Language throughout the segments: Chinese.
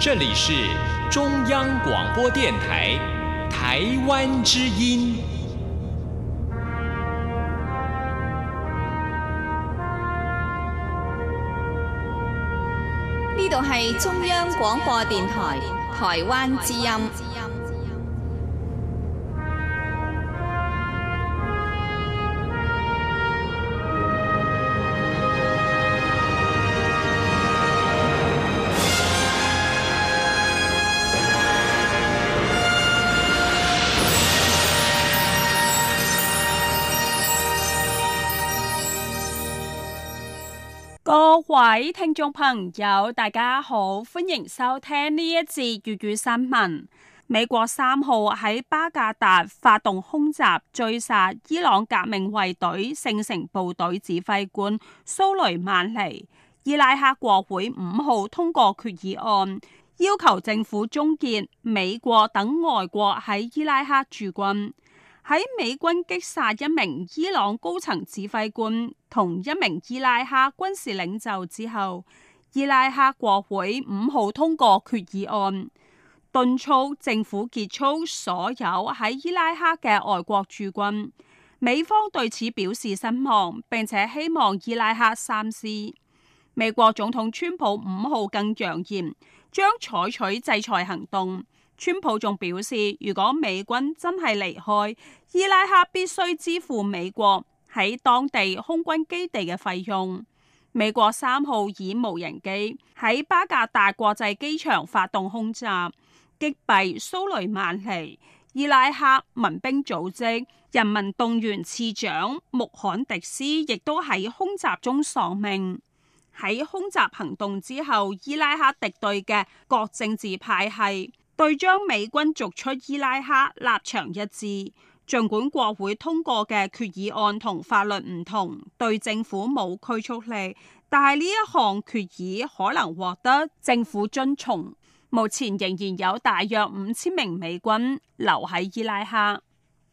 这里是中央广播电台台湾之音。 呢度係中央廣播電台台灣之音。 各位聽眾朋友，大家好，歡迎收聽呢一節粵語新聞。美國3號喺巴格達發動空襲，追殺伊朗革命衛隊聖城部隊指揮官蘇雷曼尼。伊拉克國會5號通過決議案，要求政府終結美國等外國喺伊拉克駐軍。喺美軍擊殺一名伊朗高層指揮官同一名伊拉克軍事領袖之後，伊拉克國會5號通過決議案，敦促政府結束所有喺伊拉克嘅外國駐軍。美方對此表示失望，並且希望伊拉克三思。美國總統川普5號更揚言將採取制裁行動。川普仲表示，如果美軍真係離開伊拉克，必須支付美國喺當地空軍基地嘅費用。美國3號以無人機喺巴格達國際機場發動空襲，擊斃蘇雷曼尼。伊拉克民兵組織人民動員次長穆罕迪斯亦都喺空襲中喪命。喺空襲行動之後，伊拉克敵對嘅各政治派系對將美軍逐出伊拉克立場一致，儘管國會通過嘅決議案同法律唔同，對政府冇拘束力，但係呢一項決議可能獲得政府遵從。目前仍然有大約5000名美軍留喺伊拉克。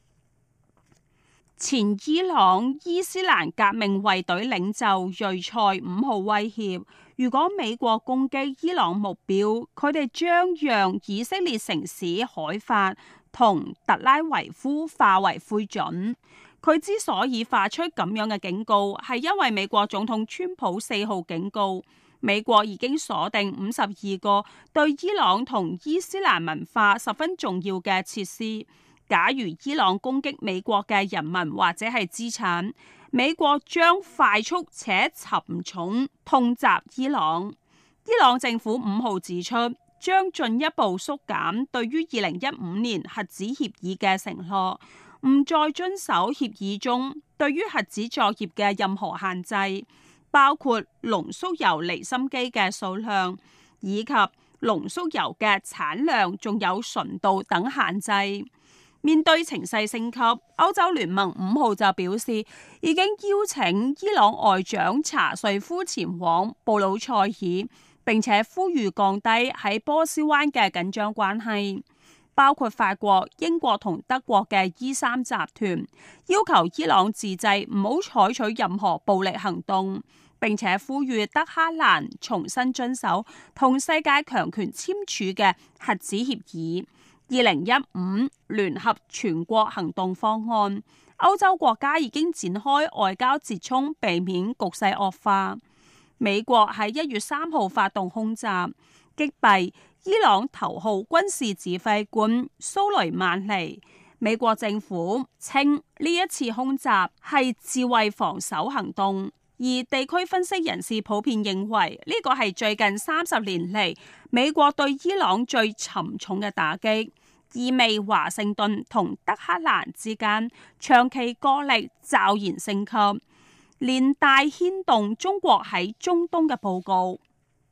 前伊朗伊斯蘭革命衛隊領袖瑞塞5號威脅，如果美國攻擊伊朗目標，佢哋將讓以色列城市海法同特拉維夫化為灰燼。佢之所以發出咁樣嘅警告，係因為美國總統川普4號警告，美國已經鎖定52個對伊朗同伊斯蘭文化十分重要嘅設施。假如伊朗攻擊美國嘅人民或者係資產，美國將快速且沉重痛襲伊朗。伊朗政府5號指出，將進一步縮減對於2015年核子協議嘅承諾，唔再遵守協議中對於核子作業嘅任何限制，包括濃縮鈾離心機嘅數量，以及濃縮鈾嘅產量，仲有純度等限制。面對情勢升級，歐洲聯盟5號就表示，已經邀請伊朗外長查瑞夫前往布魯塞爾，並且呼籲降低喺波斯灣嘅緊張關係。包括法國、英國同德國嘅E3集團要求伊朗自制，唔好採取任何暴力行動，並且呼籲德黑蘭重新遵守同世界強權簽署嘅核子協議。2015聯合全國行動方案，歐洲國家已經展開外交折衝，避免局勢惡化。美國喺1月3號發動空襲，擊斃伊朗頭號軍事指揮官蘇雷曼尼。美國政府稱呢一次空襲係自衛防守行動，而地區分析人士普遍認為呢個係最近30年嚟美國對伊朗最沉重嘅打擊，意味華盛頓同德黑蘭之間長期角力驟然升級，連帶牽動中國喺中東嘅報告。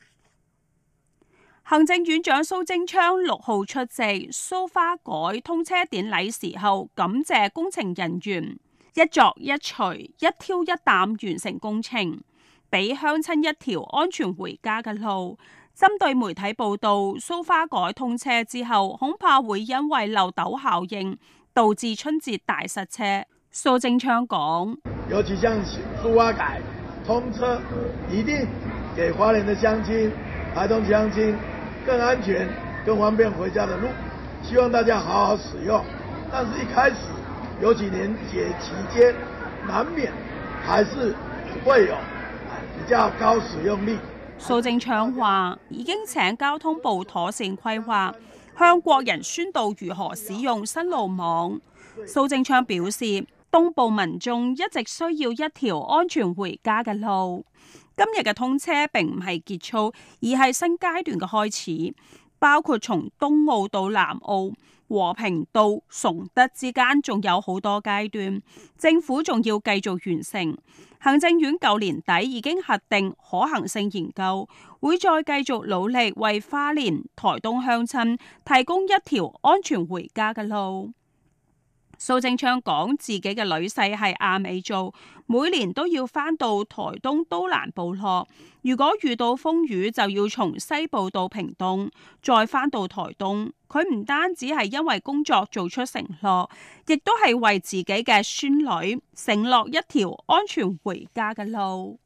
行政院長蘇貞昌6號出席蘇花改通車典禮時候，感謝工程人員一作一錘、一挑一擔完成工程，俾鄉親一條安全回家嘅路。針對媒體報道，蘇花改通車之後，恐怕會因為漏斗效應導致春節大塞車。蘇貞昌講： 尤其像蘇花改通車，一定給花蓮的鄉親、台東鄉親更安全、更方便回家的路，希望大家好好使用。但是一开始，尤其年节期间，难免还是会有比較高使用率。 蘇貞昌話已經請交通部妥善規劃，向國人宣導如何使用新路網。蘇貞昌表示，東部民眾一直需要一條安全回家嘅路。今日嘅通車並唔係結束，而係新階段嘅開始，包括從東澳到南澳、和平到崇德之間仲有好多階段，政府仲要繼續完成。行政院舊年底已經核定可行性研究，會再繼續努力為花蓮、台東鄉親提供一條安全回家嘅路。蘇貞昌講自己嘅女婿係阿美族，每年都要返到台東都蘭部落，如果遇到風雨就要從西部到屏東，再返到台東。佢唔單止係因為工作做出承諾，亦都係為自己嘅孫女承諾一條安全回家嘅路。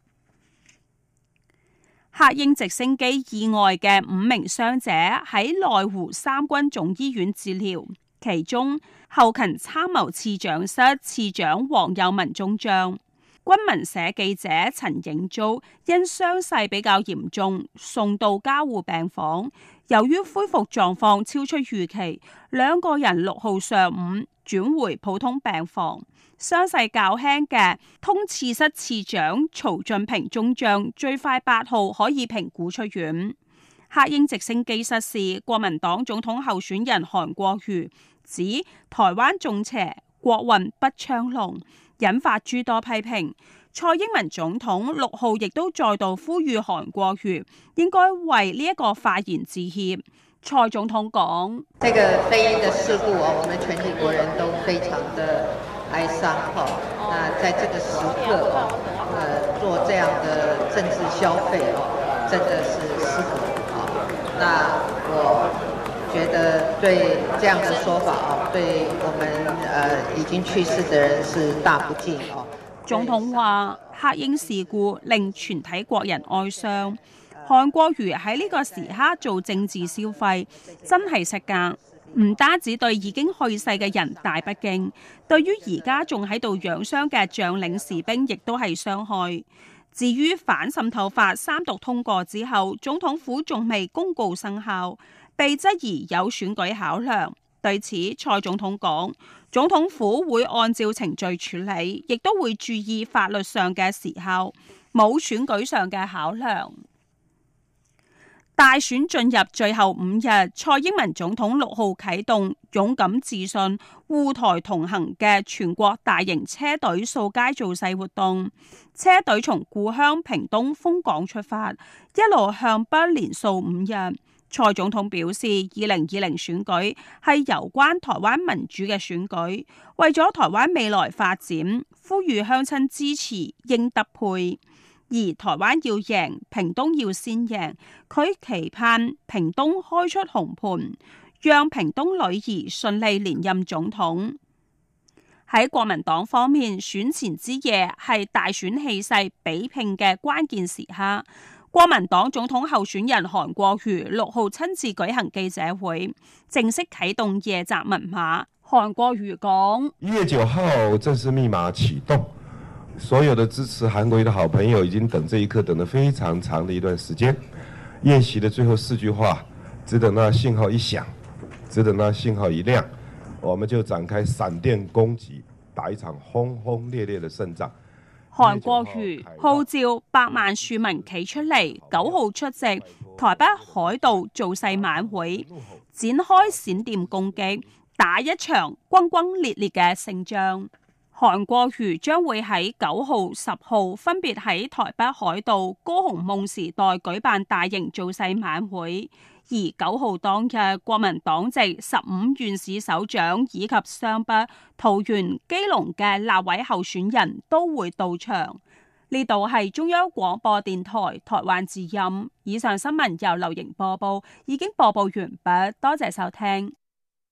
客鷹直升機意外嘅5名傷者喺內湖三軍總醫院治療。其中後勤參謀次長室次長黃佑文中將，軍民社記者陳映竹因傷勢比較嚴重，送到加護病房。由於恢復狀況超出預期，兩個人6號上午轉回普通病房。傷勢較輕嘅通次室次長曹俊平中將，最快8號可以評估出院。客鷹直升機失事，國民黨總統候選人韓國瑜指台灣重邪，國運不昌隆，引發諸多批評。蔡英文總統6號亦都再度呼籲韓國瑜應該為呢一個發言致歉。蔡總統講： 這個飛的事故我們全體國人都非常的哀傷。那在這個時刻，做這樣的政治消費，真的是失格。那我覺得對這樣的說法對我們已經去世的人是大不敬。 總統話客鷹事故令全體國人哀傷，韓國瑜喺呢個時刻做政治消費真係失格，唔單止對已經去世嘅人大不敬，對於而家仲喺度養傷嘅將領士兵亦都係傷害。至於反滲透法3讀通過之後，總統府仲未公告生效，被質疑有選舉考量。對此，蔡總統講，總統府會按照程序處理，亦都會注意法律上嘅時效，冇選舉上嘅考量。大選進入最後5日，蔡英文總統6號啟動勇敢自信護台同行嘅全國大型車隊掃街造勢活動。車隊從故鄉屏東楓港出發，一路向北連掃5日。蔡總統表示，2020選舉係攸關台灣民主嘅選舉，為咗台灣未來發展，呼籲鄉親支持應得配。而台灣要贏，屏東要先贏。佢期盼屏東開出紅盤，讓屏東女兒順利連任總統。喺國民黨方面，選前之夜係大選氣勢比拼嘅關鍵時刻。國民黨總統候選人韓國瑜6號親自舉行記者會，正式啟動夜襲密碼。韓國瑜講：1月 9號正式密碼啟動。所有的支持韓國瑜的好朋友已經等這一刻等了非常長的一段時間。演習的最後4句話，只等那信號一響，只等那信號一亮，我們就展開閃電攻擊，打一場轟轟烈烈的勝仗。韓國瑜號召100萬庶民企出嚟，9號出席台北海盜造勢晚會，展開閃電攻擊，打一場轟轟烈烈嘅勝仗。韓國瑜將會喺9號、10號分別喺台北海盜、高雄夢時代舉辦大型造勢晚會，而9號當日，國民黨籍15縣市首長以及雙北、桃園、基隆嘅立委候選人都會到場。呢度係中央廣播電台台灣之音。以上新聞由劉瑩播報，已經播報完畢，多謝收聽。